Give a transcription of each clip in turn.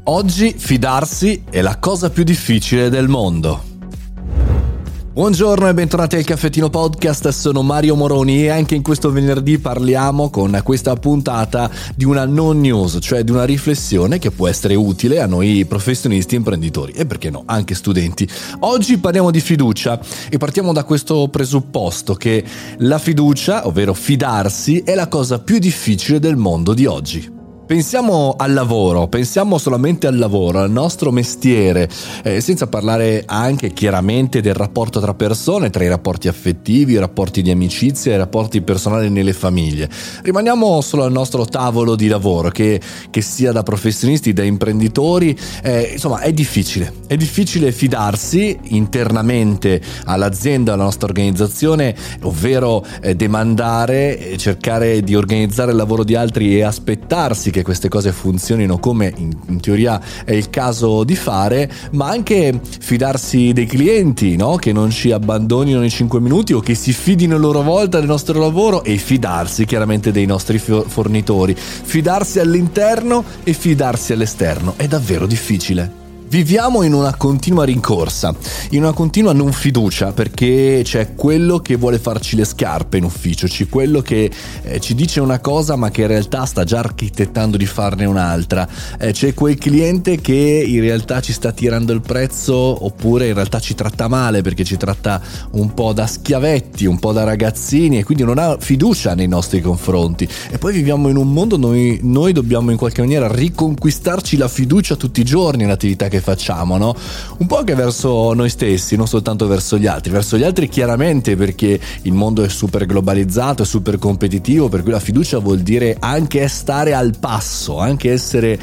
Oggi fidarsi è la cosa più difficile del mondo. Buongiorno e bentornati al Caffettino Podcast, sono Mario Moroni e anche in questo venerdì parliamo con questa puntata di una non news, cioè di una riflessione che può essere utile a noi professionisti, imprenditori e perché no, anche studenti. Oggi parliamo di fiducia e partiamo da questo presupposto che la fiducia, ovvero fidarsi, è la cosa più difficile del mondo di oggi. Pensiamo al lavoro, pensiamo solamente al lavoro, al nostro mestiere, senza parlare anche chiaramente del rapporto tra persone, tra i rapporti affettivi, i rapporti di amicizia e i rapporti personali nelle famiglie. Rimaniamo solo al nostro tavolo di lavoro, che sia da professionisti, da imprenditori, insomma è difficile fidarsi internamente all'azienda, alla nostra organizzazione, ovvero demandare, cercare di organizzare il lavoro di altri e aspettarsi che queste cose funzionino come in teoria è il caso di fare, ma anche fidarsi dei clienti, no? Che non ci abbandonino nei 5 minuti o che si fidino a loro volta del nostro lavoro, e fidarsi chiaramente dei nostri fornitori, fidarsi all'interno e fidarsi all'esterno è davvero difficile. Viviamo in una continua rincorsa, in una continua non fiducia, perché c'è quello che vuole farci le scarpe in ufficio, c'è quello che ci dice una cosa ma che in realtà sta già architettando di farne un'altra, c'è quel cliente che in realtà ci sta tirando il prezzo oppure in realtà ci tratta male perché ci tratta un po' da schiavetti, un po' da ragazzini e quindi non ha fiducia nei nostri confronti. E poi viviamo in un mondo dove noi dobbiamo in qualche maniera riconquistarci la fiducia tutti i giorni in attività che facciamo, no? Un po' anche verso noi stessi, non soltanto verso gli altri chiaramente, perché il mondo è super globalizzato, è super competitivo, per cui la fiducia vuol dire anche stare al passo, anche essere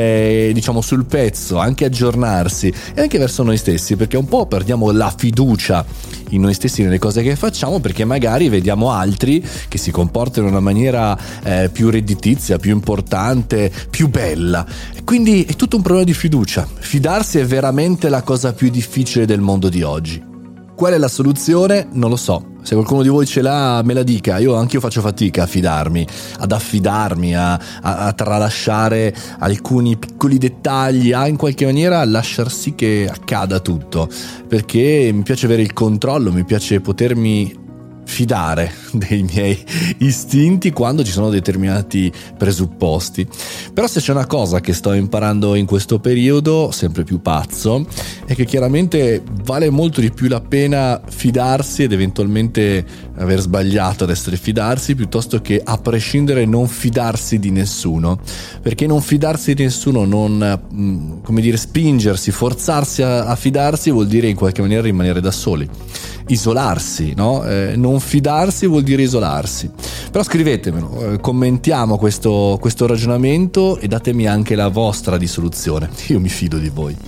sul pezzo, anche aggiornarsi, e anche verso noi stessi, perché un po' perdiamo la fiducia in noi stessi, nelle cose che facciamo, perché magari vediamo altri che si comportano in una maniera più redditizia, più importante, più bella, e quindi è tutto un problema di fiducia. Fidarsi è veramente la cosa più difficile del mondo di oggi. Qual è la soluzione? Non lo so. Se qualcuno di voi ce l'ha, me la dica. Anch'io faccio fatica a fidarmi, ad affidarmi, a tralasciare alcuni piccoli dettagli, a in qualche maniera lasciar sì che accada tutto, perché mi piace avere il controllo, mi piace potermi fidare dei miei istinti quando ci sono determinati presupposti. Però se c'è una cosa che sto imparando in questo periodo, sempre più pazzo, è che chiaramente vale molto di più la pena fidarsi ed eventualmente aver sbagliato ad essere fidarsi, piuttosto che a prescindere non fidarsi di nessuno, perché non fidarsi di nessuno, non spingersi, forzarsi a fidarsi vuol dire in qualche maniera rimanere da soli, isolarsi, no? Non fidarsi vuol dire isolarsi. Però scrivetemelo, commentiamo questo ragionamento e datemi anche la vostra di soluzione. Io mi fido di voi.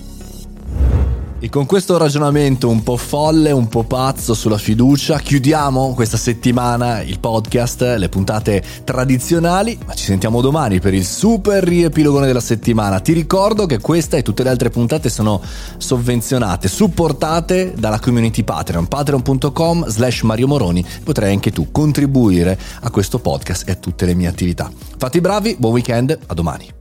E con questo ragionamento un po' folle, un po' pazzo sulla fiducia, chiudiamo questa settimana il podcast, le puntate tradizionali, ma ci sentiamo domani per il super riepilogone della settimana. Ti ricordo che questa e tutte le altre puntate sono sovvenzionate, supportate dalla community Patreon, patreon.com/Mario Moroni. Potrai anche tu contribuire a questo podcast e a tutte le mie attività. Fate i bravi, buon weekend, a domani.